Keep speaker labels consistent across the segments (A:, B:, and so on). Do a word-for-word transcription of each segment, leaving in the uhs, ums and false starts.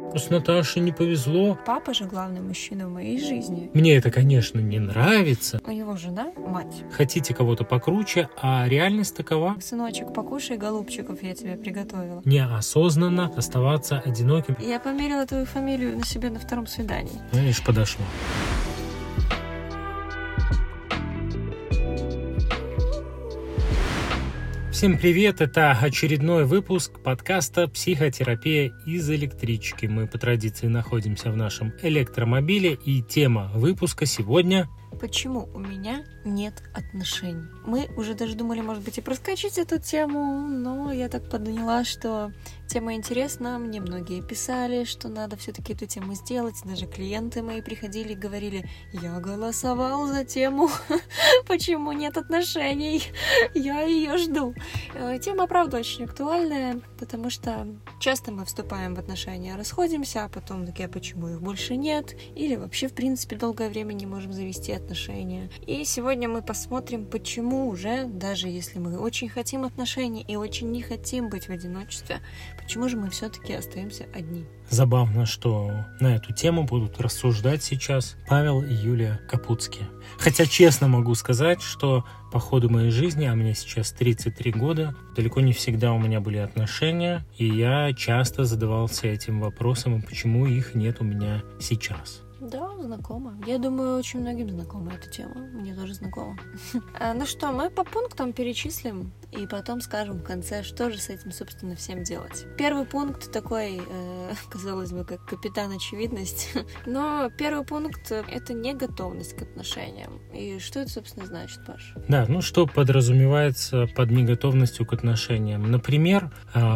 A: С Наташей не повезло.
B: Папа же главный мужчина в моей жизни.
A: Мне это, конечно, не нравится.
B: У его жена – мать.
A: Хотите кого-то покруче, а реальность такова.
B: Сыночек, покушай голубчиков, я тебе приготовила.
A: Неосознанно оставаться одиноким.
B: Я померила твою фамилию на себе на втором свидании.
A: Знаешь, подошло. Всем привет! Это очередной выпуск подкаста «Психотерапия из электрички». Мы по традиции находимся в нашем электромобиле, и тема выпуска сегодня...
B: Почему у меня нет отношений? Мы уже даже думали, может быть, и проскочить эту тему, но я так поняла, что тема интересна. Мне многие писали, что надо все-таки эту тему сделать. Даже клиенты мои приходили и говорили: я голосовал за тему, почему нет отношений, я ее жду. Тема, правда, очень актуальная, потому что часто мы вступаем в отношения, расходимся, а потом такие: почему их больше нет? Или вообще, в принципе, долгое время не можем завести отношения. И сегодня мы посмотрим, почему уже, даже если мы очень хотим отношений и очень не хотим быть в одиночестве, почему же мы все-таки остаемся одни.
A: Забавно, что на эту тему будут рассуждать сейчас Павел и Юлия Капуцкие. Хотя честно могу сказать, что по ходу моей жизни, а мне сейчас тридцать три года, далеко не всегда у меня были отношения, и я часто задавался этим вопросом, почему их нет у меня сейчас.
B: Да, знакомо. Я думаю, очень многим знакома эта тема. Мне тоже знакома. Ну что, мы по пунктам перечислим и потом скажем в конце, что же с этим, собственно, всем делать. Первый пункт такой, э, казалось бы, как капитан очевидность. Но первый пункт — это не готовность к отношениям. И что это, собственно, значит, Паш?
A: Да, ну что подразумевается под неготовностью к отношениям? Например,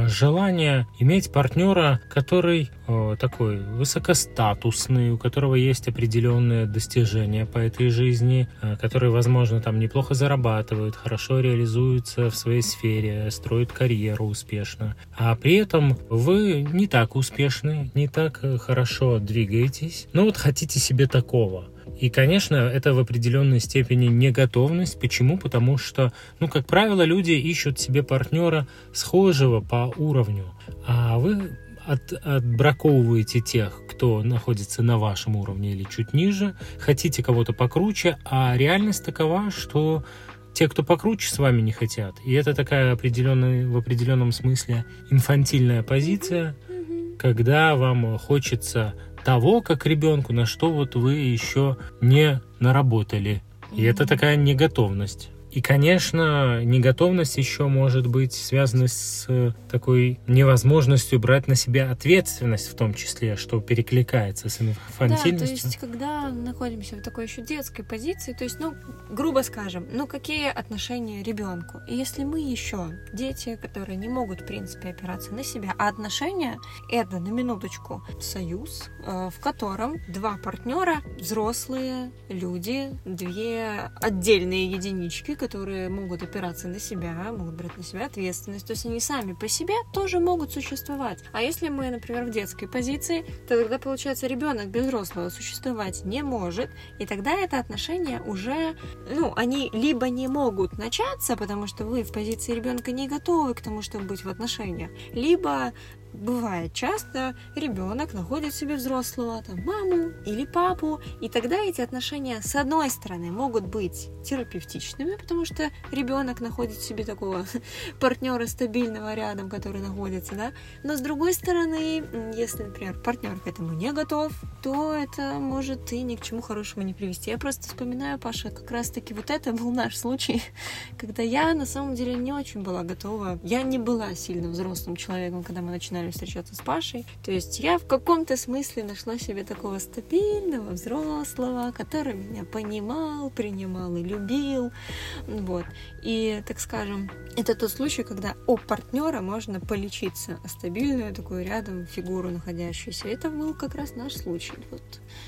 A: желание иметь партнера, который такой высокостатусный, у которого есть определенные достижения по этой жизни, который, возможно, там неплохо зарабатывает, хорошо реализуется в своей сфере, строит карьеру успешно. А при этом вы не так успешны, не так хорошо двигаетесь, но вот хотите себе такого. И, конечно, это в определенной степени неготовность. Почему? Потому что, ну, как правило, люди ищут себе партнера схожего по уровню, а вы От, отбраковываете тех, кто находится на вашем уровне или чуть ниже, хотите кого-то покруче, а реальность такова, что те, кто покруче, с вами не хотят. И это такая определенная, в определенном смысле инфантильная позиция, когда вам хочется того, как ребенку, на что вот вы еще не наработали. И это такая неготовность. И, конечно, неготовность еще может быть связана с такой невозможностью брать на себя ответственность в том числе, что перекликается с инфантильностью.
B: Да, то есть, когда находимся в такой еще детской позиции, то есть, ну, грубо скажем, ну, какие отношения ребенку? И если мы еще дети, которые не могут, в принципе, опираться на себя, а отношения — это, на минуточку, союз, в котором два партнера, взрослые люди, две отдельные единички, которые могут опираться на себя, могут брать на себя ответственность. То есть они сами по себе тоже могут существовать. А если мы, например, в детской позиции, то тогда, получается, ребенок без взрослого существовать не может, и тогда это отношения уже, ну, они либо не могут начаться, потому что вы в позиции ребенка не готовы к тому, чтобы быть в отношениях, либо бывает часто, ребенок находит себе взрослого, там, маму или папу, и тогда эти отношения, с одной стороны, могут быть терапевтичными, потому что ребенок находит себе такого партнера стабильного рядом, который находится, да, но с другой стороны, если, например, партнер к этому не готов, то это может и ни к чему хорошему не привести. Я просто вспоминаю, Паша, как раз-таки вот это был наш случай, когда я на самом деле не очень была готова, я не была сильно взрослым человеком, когда мы начинали встречаться с Пашей. То есть я в каком-то смысле нашла себе такого стабильного взрослого, который меня понимал, принимал и любил. Вот. И, так скажем, это тот случай, когда у партнера можно полечиться, а стабильную такую рядом фигуру находящуюся. Это был как раз наш случай. Вот.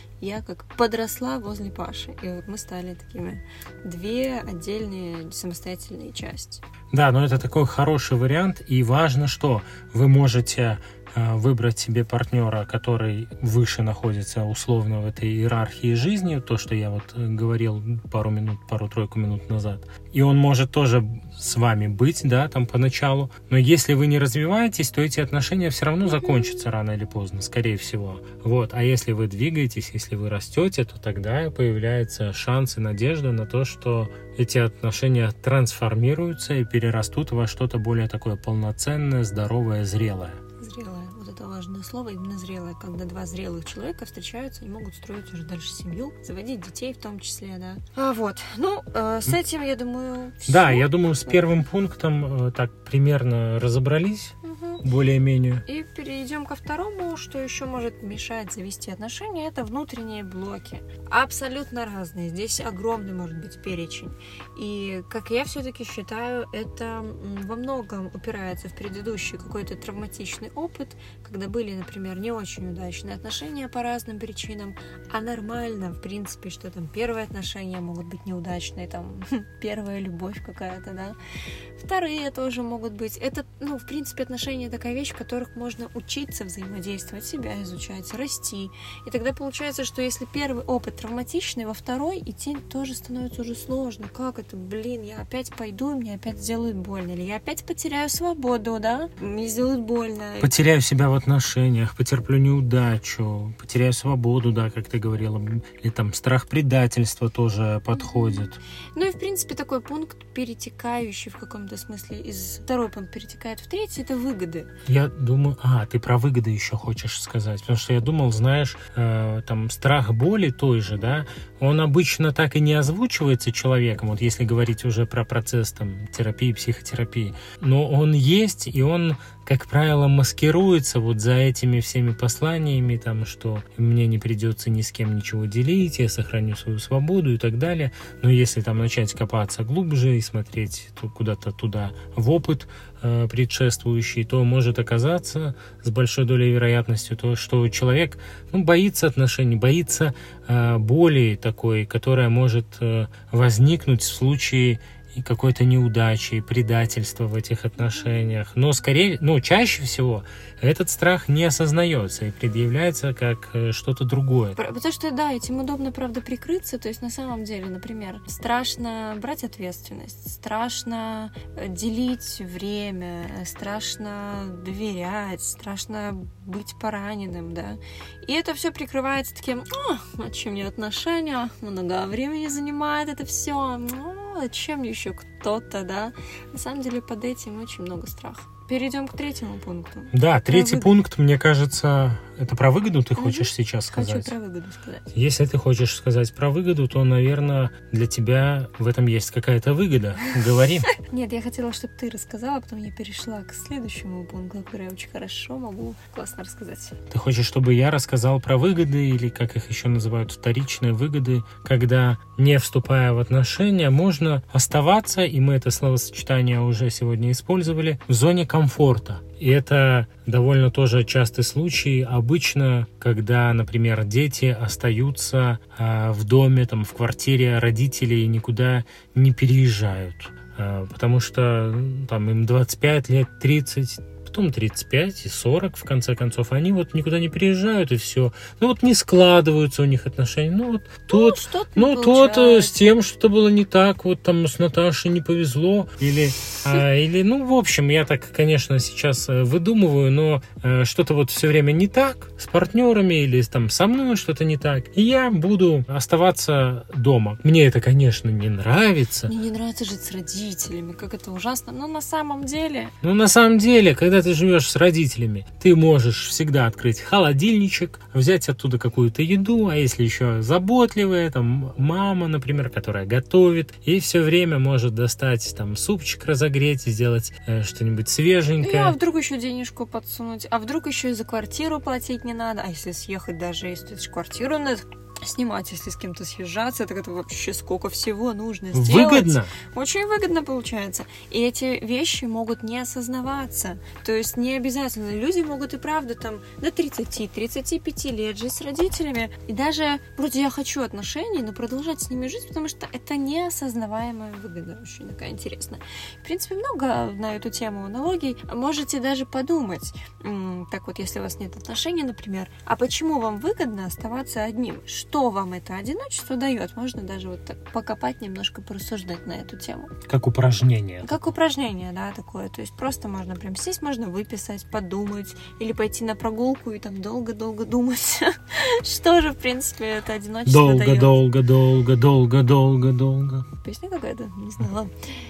B: Я как подросла возле Паши, и вот мы стали такими две отдельные самостоятельные части.
A: Да, но это такой хороший вариант, и важно, что вы можете выбрать себе партнера, который выше находится условно в этой иерархии жизни, то, что я вот говорил пару минут, пару-тройку минут назад. И он может тоже с вами быть, да, там поначалу. Но если вы не развиваетесь, то эти отношения все равно закончатся рано или поздно, скорее всего. Вот. А если вы двигаетесь, если вы растете, то тогда появляется шанс и надежда на то, что эти отношения трансформируются и перерастут во что-то более такое полноценное, здоровое, зрелое.
B: Зрелое. Вот это важное слово, именно зрелое. Когда два зрелых человека встречаются, они могут строить уже дальше семью, заводить детей в том числе, да. А вот. Ну, э, с этим, я думаю, все.
A: Да, я думаю, с первым пунктом э, так примерно разобрались. Более-менее.
B: И перейдем ко второму, что еще может мешать завести отношения, это внутренние блоки. Абсолютно разные. Здесь огромный может быть перечень. И, как я все-таки считаю, это во многом упирается в предыдущий какой-то травматичный опыт, когда были, например, не очень удачные отношения по разным причинам, а нормально, в принципе, что там первые отношения могут быть неудачные, там первая любовь какая-то, да. Вторые тоже могут быть. Это, ну, в принципе, отношения такая вещь, в которых можно учиться взаимодействовать, себя изучать, расти. И тогда получается, что если первый опыт травматичный, во второй идти тоже становится уже сложно. Как это? Блин, я опять пойду, и мне опять сделают больно. Или я опять потеряю свободу, да? Мне сделают больно.
A: Потеряю себя в отношениях, потерплю неудачу, потеряю свободу, да, как ты говорила. Или там страх предательства тоже подходит.
B: Ну и, в принципе, такой пункт, перетекающий в каком-то смысле из... Второй пункт перетекает в третий, это выгоды.
A: Я думаю... А, ты про выгоды еще хочешь сказать. Потому что я думал, знаешь, э, там страх боли той же, да, он обычно так и не озвучивается человеком, вот если говорить уже про процесс там терапии, психотерапии. Но он есть, и он, как правило, маскируется вот за этими всеми посланиями, там, что мне не придется ни с кем ничего делить, я сохраню свою свободу и так далее. Но если там начать копаться глубже и смотреть куда-то туда в опыт э, предшествующий, то может оказаться с большой долей вероятности то, что человек, ну, боится отношений, боится э, боли такой, которая может э, возникнуть в случае и какой-то неудачи, предательства в этих отношениях. Но скорее, ну, чаще всего этот страх не осознается и предъявляется как что-то другое.
B: Потому что, да, этим удобно, правда, прикрыться. То есть, на самом деле, например, страшно брать ответственность, страшно делить время, страшно доверять, страшно быть пораненным, да. И это все прикрывается таким: а, а чем мне отношения? Много времени занимает это все. А чем еще кто-то, да? На самом деле под этим очень много страха. Перейдем к третьему пункту.
A: Да, третий про пункт, мне кажется, это про выгоду ты хочешь угу. сейчас сказать?
B: Хочу про выгоду сказать.
A: Если ты хочешь сказать про выгоду, то, наверное, для тебя в этом есть какая-то выгода. Говори.
B: Нет, я хотела, чтобы ты рассказала, а потом я перешла к следующему пункту, который я очень хорошо могу классно рассказать.
A: Ты хочешь, чтобы я рассказал про выгоды, или, как их еще называют, вторичные выгоды, когда, не вступая в отношения, можно оставаться, и мы это словосочетание уже сегодня использовали, в зоне комфорта. комфорта. И это довольно тоже частый случай. Обычно, когда, например, дети остаются э, в доме, там, в квартире родителей и никуда не переезжают. Э, потому что там, им двадцать пять лет, тридцать, потом тридцать пять и сорок, в конце концов, они вот никуда не приезжают, и все. Ну вот не складываются у них отношения. Ну вот тот, ну, ну тот с тем что-то было не так, вот там с Наташей не повезло. Или, а, или, ну, в общем, я так, конечно, сейчас выдумываю, но а, что-то вот все время не так с партнерами или там со мной что-то не так. И я буду оставаться дома. Мне это, конечно, не нравится.
B: Мне не нравится жить с родителями, как это ужасно. Но на самом деле...
A: Ну, на самом деле, когда ты живешь с родителями, ты можешь всегда открыть холодильничек, взять оттуда какую-то еду, а если еще заботливая, там, мама, например, которая готовит, и все время может достать там супчик разогреть, сделать э, что-нибудь свеженькое.
B: Ну, а вдруг еще денежку подсунуть, а вдруг еще и за квартиру платить не надо, а если съехать даже, если квартиру надо... снимать, если с кем-то съезжаться, так это вообще сколько всего нужно сделать.
A: Выгодно.
B: Очень выгодно получается. И эти вещи могут не осознаваться. То есть не обязательно. Люди могут и правда там до тридцати-тридцати пяти лет жить с родителями. И даже вроде я хочу отношений, но продолжать с ними жить, потому что это неосознаваемая выгода. Очень такая интересная. В принципе, много на эту тему аналогий. Можете даже подумать, так вот, если у вас нет отношений, например, а почему вам выгодно оставаться одним? Что вам это одиночество дает? Можно даже вот так покопать, немножко порассуждать на эту тему.
A: Как упражнение.
B: Как упражнение, да, такое. То есть просто можно прям сесть, можно выписать, подумать, или пойти на прогулку и там долго-долго думать, что же, в принципе, это одиночество дает.
A: Долго, долго, долго, долго, долго.
B: Песня какая-то? Не знала.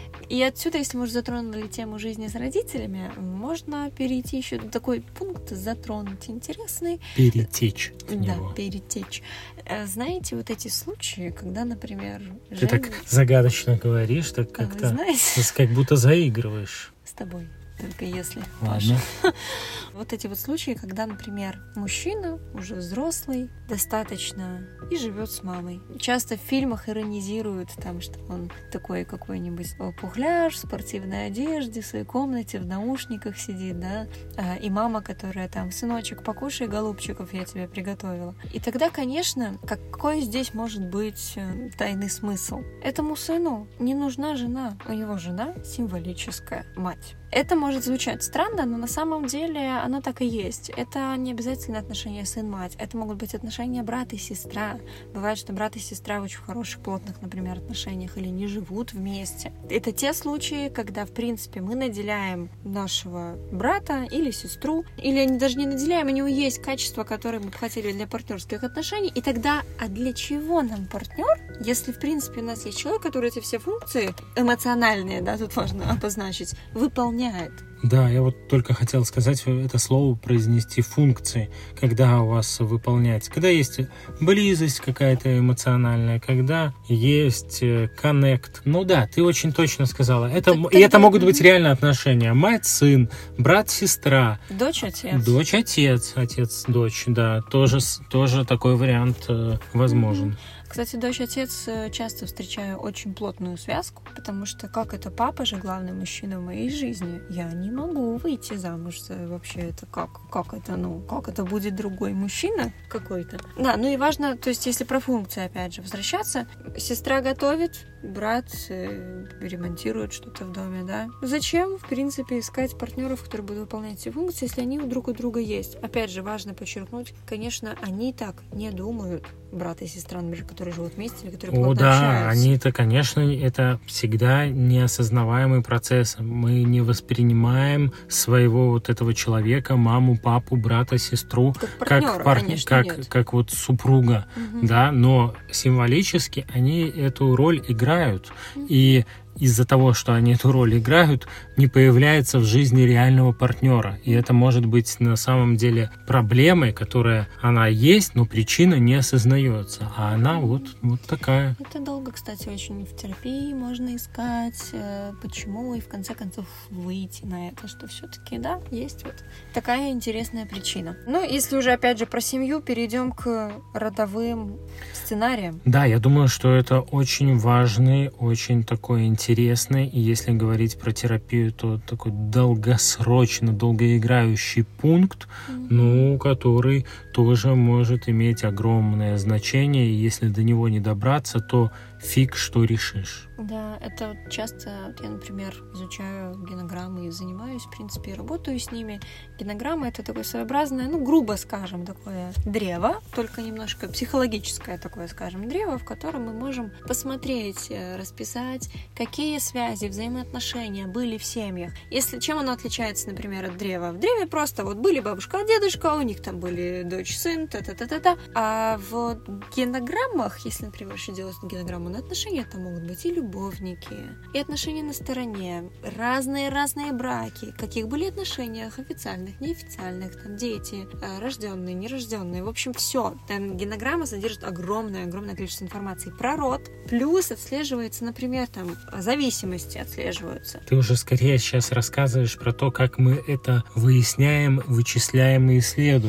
B: И отсюда, если мы уже затронули тему жизни с родителями, можно перейти еще на такой пункт, затронуть интересный.
A: Перетечь в
B: Да,
A: него.
B: перетечь. Знаете, вот эти случаи, когда, например...
A: Ты
B: Жень...
A: так загадочно говоришь, так
B: А вы
A: как-то,
B: знаете?
A: как будто заигрываешь.
B: С тобой. Только если,
A: Ладно.
B: Паша. Вот эти вот случаи, когда, например, мужчина уже взрослый, достаточно, и живет с мамой. Часто в фильмах иронизируют, там, что он такой какой-нибудь пухляж в спортивной одежде, в своей комнате, в наушниках сидит, да, и мама, которая там: сыночек, покушай голубчиков, я тебе приготовила. И тогда, конечно, какой здесь может быть тайный смысл? Этому сыну не нужна жена, у него жена символическая мать. Это может звучать странно, но на самом деле оно так и есть. Это не обязательно отношения сын-мать. Это могут быть отношения брат и сестра. Бывает, что брат и сестра в очень хороших, плотных, например, отношениях или не живут вместе. Это те случаи, когда, в принципе, мы наделяем нашего брата или сестру, или они даже не наделяем, у него есть качества, которые мы бы хотели для партнерских отношений. И тогда, а для чего нам партнер, если, в принципе, у нас есть человек, который эти все функции эмоциональные, да, тут важно обозначить, выполняет.
A: Да, я вот только хотел сказать это слово, произнести функции, когда у вас выполняется. Когда есть близость какая-то эмоциональная, когда есть коннект. Ну да, ты очень точно сказала. Это,
B: так,
A: и это
B: тогда...
A: могут быть реально отношения. Мать-сын, брат-сестра.
B: Дочь-отец.
A: Дочь-отец, отец-дочь, да. Тоже, тоже такой вариант э, возможен.
B: Кстати, дочь-отец часто встречаю очень плотную связку, потому что как это папа же главный мужчина в моей жизни, я не могу выйти замуж за вообще это как? Как это, ну, как это будет другой мужчина какой-то? Да, ну и важно, то есть если про функции опять же возвращаться, сестра готовит, брат э, ремонтирует что-то в доме, да? Зачем, в принципе, искать партнеров, которые будут выполнять эти функции, если они у друг у друга есть? Опять же, важно подчеркнуть, конечно, они так не думают, брат и сестра, например, которые живут вместе или которые плотно
A: О, да,
B: общаются.
A: они-то, конечно, это всегда неосознаваемый процесс. Мы не воспринимаем своего вот этого человека, маму, папу, брата, сестру,
B: как партнера,
A: как, пар...
B: конечно,
A: как,
B: нет.
A: как вот супруга,
B: Угу.
A: да, но символически они эту роль играют. Угу. И из-за того, что они эту роль играют, не появляется в жизни реального партнера. И это может быть на самом деле проблемой, которая она есть, но причина не осознается. А она вот, вот такая.
B: Это долго, кстати, очень в терапии можно искать, почему, и в конце концов выйти на это, что все-таки, да, есть вот такая интересная причина. Ну, если уже, опять же, про семью, перейдем к родовым сценариям.
A: Да, я думаю, что это очень важный, очень такой интересный, и если говорить про терапию, то такой долгосрочно, долгоиграющий пункт, mm-hmm. ну, который тоже может иметь огромное значение, и если до него не добраться, то фиг что решишь.
B: Да, это часто, я, например, изучаю генограммы и занимаюсь, в принципе, и работаю с ними. Генограмма — это такое своеобразное, ну, грубо скажем, такое древо, только немножко психологическое такое, скажем, древо, в котором мы можем посмотреть, расписать, какие связи, взаимоотношения были в семьях. Если, чем оно отличается, например, от древа? В древе просто вот были бабушка, дедушка, у них там были дочь, сын, та-та-та-та-та. А в генограммах, если, например, еще делать генограмму на отношения, там могут быть и любовники, и отношения на стороне, разные-разные браки, каких были отношениях, официальных, неофициальных, там дети, рожденные, нерожденные, в общем, все. Там генограмма содержит огромное-огромное количество информации про род, плюс отслеживается, например, там зависимости отслеживаются.
A: Ты уже скорее сейчас рассказываешь про то, как мы это выясняем, вычисляем и исследуем.
B: Ну,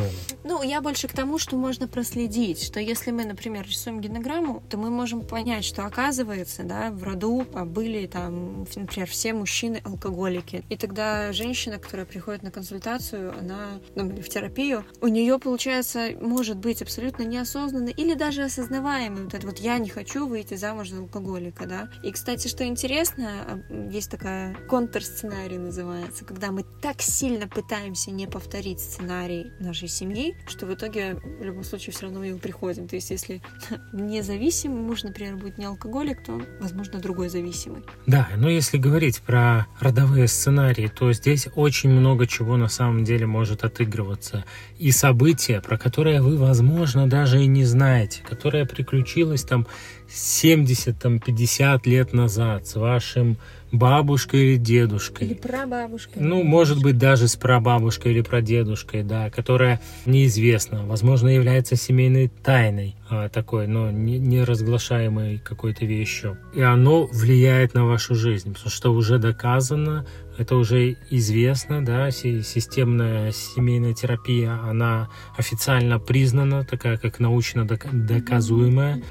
B: Ну, я больше к тому, что можно проследить, что если мы, например, рисуем генограмму, то мы можем понять, что оказывается, да, в роду были там, например, все мужчины алкоголики. И тогда женщина, которая приходит на консультацию, она, ну, в терапию, у нее, получается, может быть абсолютно неосознанный или даже осознаваемый вот это вот «я не хочу выйти замуж за алкоголика», да. И, кстати, что интересно, есть такая контрсценарий называется, когда мы так сильно пытаемся не повторить сценарий нашей семьи, что в итоге в любом случае все равно мы его приходим. То есть если независимый муж, например, будет не алкоголик, то, возможно, другой зависимый.
A: Да, но если говорить про родовые сценарии, то здесь очень много чего на самом деле может отыгрываться. И события, про которые вы, возможно, даже и не знаете, которое приключилось там семьдесят, там, пятьдесят лет назад с вашим бабушкой или дедушкой.
B: Или прабабушкой.
A: Ну, может быть, даже с прабабушкой или прадедушкой, да, которая неизвестна, возможно, является семейной тайной а, такой, но не, не разглашаемой какой-то вещью. И оно влияет на вашу жизнь, потому что уже доказано, это уже известно, да, системная семейная терапия, она официально признана, такая как научно доказуемая,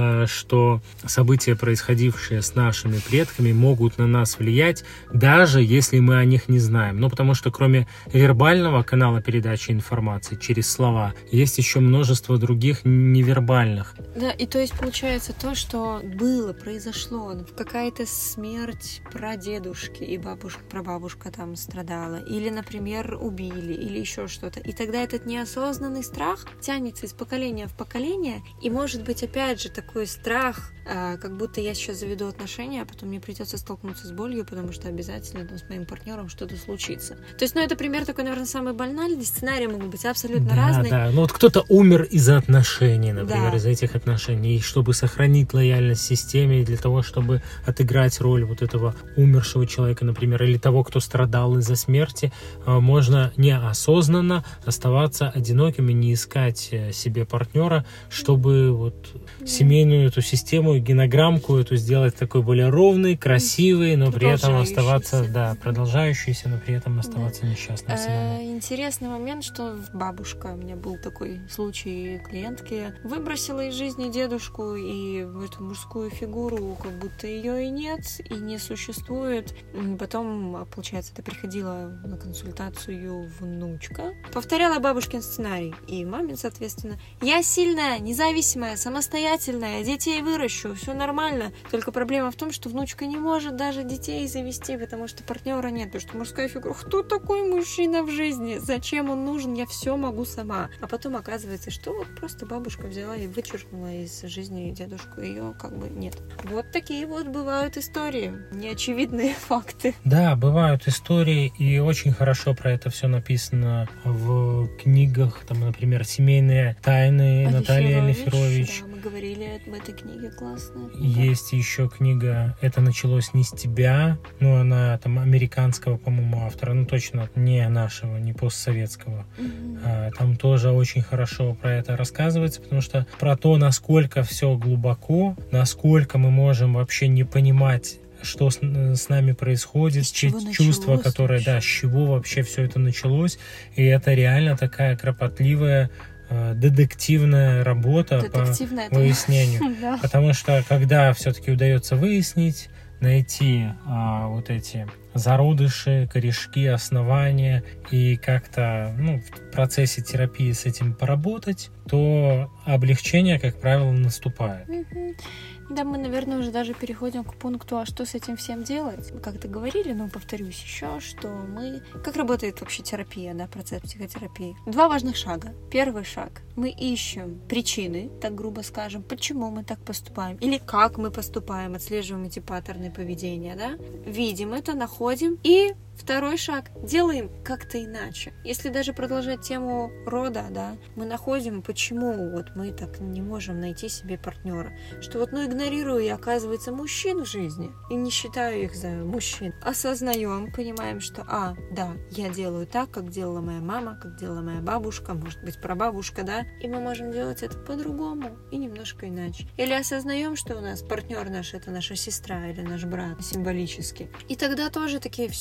A: что события, происходившие с нашими предками, могут на нас влиять, даже если мы о них не знаем. Ну, потому что кроме вербального канала передачи информации через слова, есть еще множество других невербальных.
B: Да, и то есть получается то, что было, произошло, какая-то смерть прадедушки и бабушка, прабабушка там страдала, или, например, убили, или еще что-то. И тогда этот неосознанный страх тянется из поколения в поколение, и может быть, опять же, такой страх, как будто я сейчас заведу отношения, а потом мне придется столкнуться с болью, потому что обязательно там с моим партнером что-то случится. То есть, ну, это пример такой, наверное, самый банальный. Сценарии могут быть абсолютно
A: да,
B: разные.
A: Да, ну вот кто-то умер из-за отношений, например,
B: да.
A: из-за этих отношений, и чтобы сохранить лояльность системе, и для того, чтобы отыграть роль вот этого умершего человека, например, или того, кто страдал из-за смерти, можно неосознанно оставаться одиноким и не искать себе партнера, чтобы вот да. семейную эту систему, генограммку эту сделать такой более ровной, красивой, но при этом оставаться, да, продолжающейся, но при этом оставаться да. несчастным самому.
B: Интересный момент, что бабушка, у меня был такой случай клиентки, выбросила из жизни дедушку и эту мужскую фигуру, как будто ее и нет, и не существует. Потом, получается, это приходила на консультацию внучка, повторяла бабушкин сценарий, и маме, соответственно, я сильная, независимая, самостоятельная, детей выращу, все нормально. Только проблема в том, что внучка не может даже детей завести, потому что партнера нет, потому что мужская фигура, кто такой мужчина в жизни, зачем он нужен, я все могу сама. А потом оказывается, что вот просто бабушка взяла и вычеркнула из жизни дедушку, ее как бы нет. Вот такие вот бывают истории, неочевидные факты.
A: Да, бывают истории, и очень хорошо про это все написано в книгах, там, например, «Семейные тайны» Натальи Алиферович.
B: Да, мы говорили об этой книге, классная.
A: Есть да. еще книга «Это началось не с тебя», ну, она там американского, по-моему, автора, ну, точно не нашего, не постсоветского. Mm-hmm. А, там тоже очень хорошо про это рассказывается, потому что про то, насколько все глубоко, насколько мы можем вообще не понимать, что с, с нами происходит, те чувства, которые, вообще? да, с чего вообще все это началось. И это реально такая кропотливая э, детективная работа детективная по выяснению. Да. Потому что когда все-таки удается выяснить, найти а, вот эти зародыши, корешки, основания и как-то ну, в процессе терапии с этим поработать, то облегчение, как правило, наступает.
B: Mm-hmm. Да, мы, наверное, уже даже переходим к пункту, а что с этим всем делать? Как-то говорили, но повторюсь еще, что мы... Как работает вообще терапия, да, процесс психотерапии? Два важных шага. Первый шаг. Мы ищем причины, так грубо скажем, почему мы так поступаем, или как мы поступаем, отслеживаем эти паттерны поведения, да? Видим это, находим и... Второй шаг. Делаем как-то иначе. Если даже продолжать тему рода, да, мы находим, почему вот мы так не можем найти себе партнера. Что вот, ну, игнорирую я, оказывается, мужчин в жизни и не считаю их за мужчин. Осознаем, понимаем, что, а, да, я делаю так, как делала моя мама, как делала моя бабушка, может быть, прабабушка, да, и мы можем делать это по-другому и немножко иначе. Или осознаем, что у нас партнер наш, это наша сестра или наш брат, символически. И тогда тоже такие, все,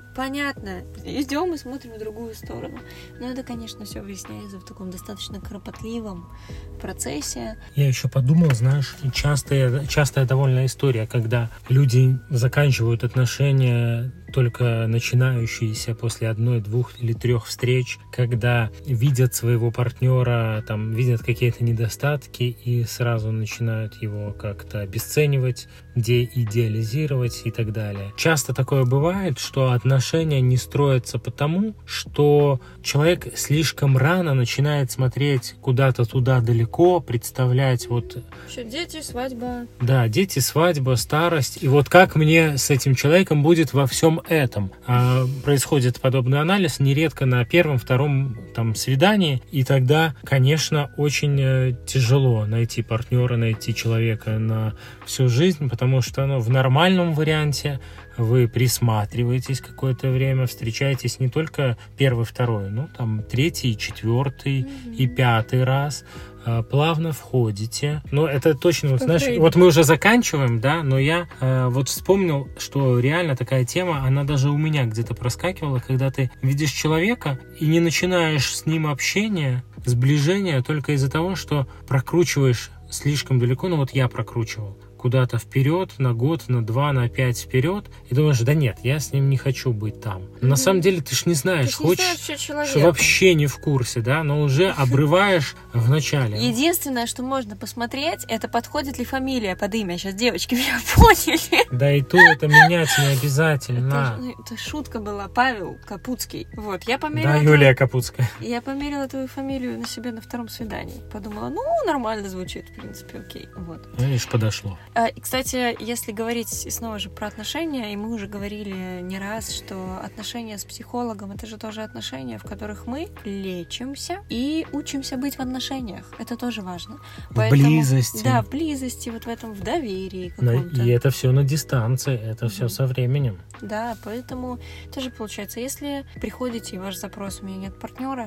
B: понятно, идем и смотрим в другую сторону. Но это, конечно, все выясняется в таком достаточно кропотливом процессе.
A: Я еще подумал, знаешь, частая, частая довольно история, когда люди заканчивают отношения только начинающиеся после одной, двух или трех встреч, когда видят своего партнера, там, видят какие-то недостатки и сразу начинают его как-то обесценивать, деидеализировать и так далее. Часто такое бывает, что отношения не строятся потому, что человек слишком рано начинает смотреть куда-то туда далеко, представлять вот...
B: Еще дети, свадьба.
A: Да, дети, свадьба, старость. И вот как мне с этим человеком будет во всем этом. А происходит подобный анализ нередко на первом, втором там, свидании, и тогда, конечно, очень э, тяжело найти партнера, найти человека на всю жизнь, потому что ну, в нормальном варианте вы присматриваетесь какое-то время, встречаетесь не только первый, второй, ну там третий, четвертый mm-hmm. и пятый раз, плавно входите. Но это точно, вот, знаешь, вот мы уже заканчиваем, да, но я э, вот вспомнил, что реально такая тема, она даже у меня где-то проскакивала, когда ты видишь человека и не начинаешь с ним общение, сближение только из-за того, что прокручиваешь слишком далеко, ну вот я прокручивал куда-то вперед, на год, на два, на пять вперед, и думаешь, да нет, я с ним не хочу быть там. Но mm-hmm. на самом деле ты ж не знаешь, ты хочешь, не знаешь, что вообще не в курсе, да, но уже обрываешь в начале.
B: Единственное, что можно посмотреть, это подходит ли фамилия под имя. Сейчас девочки меня поняли.
A: Да и то это менять не обязательно.
B: Это, это шутка была. Павел Капуцкий. Вот, я померила...
A: Да,
B: твою...
A: Юлия Капуцкая.
B: Я померила твою фамилию на себе на втором свидании. Подумала, ну, нормально звучит, в принципе, окей. Вот.
A: Видишь, подошло.
B: И, кстати, если говорить снова же про отношения, и мы уже говорили не раз, что отношения с психологом — это же тоже отношения, в которых мы лечимся и учимся быть в отношениях. Это тоже важно.
A: В Поэтому, близости.
B: Да, в близости, вот в этом, в доверии каком-то.
A: И это все на дистанции, это угу. все со временем.
B: Да, поэтому тоже получается, если приходите, и ваш запрос «у меня нет партнера»,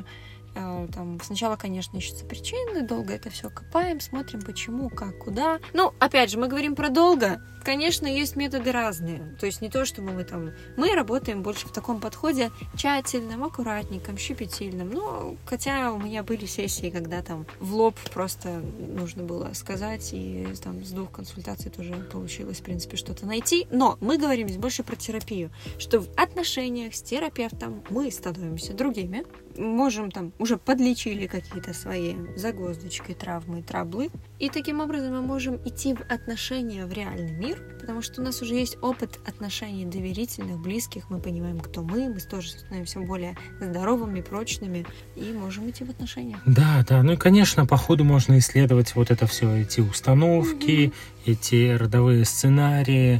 B: там, сначала, конечно, ищутся причины, долго это все копаем, смотрим, почему, как, куда. Ну, опять же, мы говорим про долго. Конечно, есть методы разные. То есть не то, чтобы мы там... Мы работаем больше в таком подходе тщательном, аккуратненьком, щепетильном. Ну, хотя у меня были сессии, когда там в лоб просто нужно было сказать, и там с двух консультаций тоже получилось, в принципе, что-то найти. Но мы говорим здесь больше про терапию, что в отношениях с терапевтом мы становимся другими, можем там, уже подлечили какие-то свои загвоздочки, травмы, траблы. И таким образом мы можем идти в отношения в реальный мир, потому что у нас уже есть опыт отношений доверительных, близких, мы понимаем, кто мы, мы тоже становимся более здоровыми, прочными и можем идти в отношения.
A: Да, да, ну и, конечно, по ходу можно исследовать вот это все, эти установки, угу. эти родовые сценарии,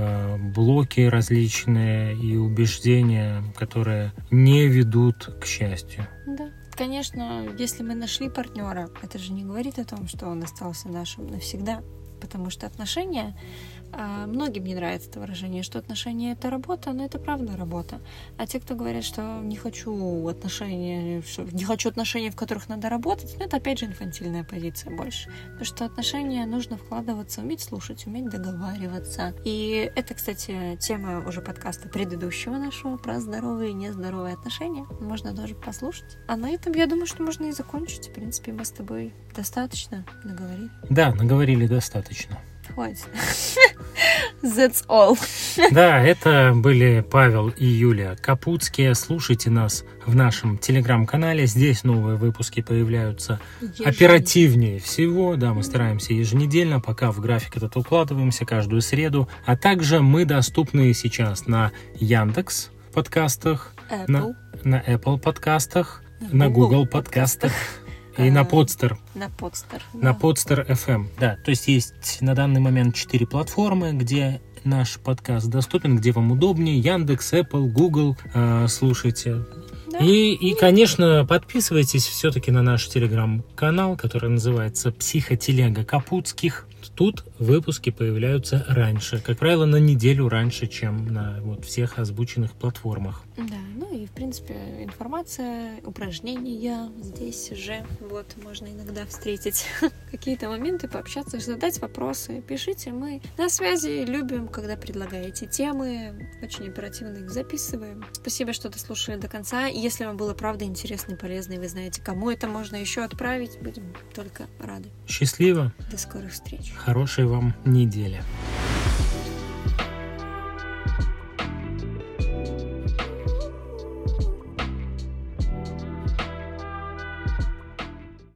A: блоки различные и убеждения, которые не ведут к счастью.
B: Да. Конечно, если мы нашли партнера, это же не говорит о том, что он остался нашим навсегда, потому что отношения, многим не нравится это выражение, что отношения — это работа, но это правда работа. А те, кто говорят, что не хочу отношения, не хочу отношений, в которых надо работать, ну, это опять же инфантильная позиция больше. Потому что отношения нужно вкладываться, уметь слушать, уметь договариваться. И это, кстати, тема уже подкаста предыдущего нашего про здоровые и нездоровые отношения. Можно тоже послушать. А на этом, я думаю, что можно и закончить. В принципе, мы с тобой достаточно наговорили.
A: Да, наговорили достаточно.
B: Хватит. That's all.
A: Да, это были Павел и Юлия Капуцкие. Слушайте нас в нашем телеграм-канале. Здесь новые выпуски появляются оперативнее всего. Да, мы стараемся еженедельно, пока в график этот укладываемся каждую среду. А также мы доступны сейчас на Яндекс подкастах, на, на Apple подкастах, на, на Google, Google подкастах. И на Podster.
B: На Podster. Да.
A: На Podster эф эм. Да, то есть есть на данный момент четыре платформы, где наш подкаст доступен, где вам удобнее. Яндекс, Apple, Google. Э, слушайте. Да. И, и, конечно, подписывайтесь все-таки на наш телеграм-канал, который называется «Психотелега Капуцких». Тут выпуски появляются раньше. Как правило, на неделю раньше, чем на вот всех озвученных платформах.
B: Да, ну Ну и, в принципе, информация, упражнения здесь же. Вот, можно иногда встретить какие-то моменты, пообщаться, задать вопросы. Пишите, мы на связи, любим, когда предлагаете темы. Очень оперативно их записываем. Спасибо, что дослушали до конца. Если вам было правда интересно и полезно, и вы знаете, кому это можно еще отправить, будем только рады.
A: Счастливо.
B: До скорых встреч.
A: Хорошей вам недели.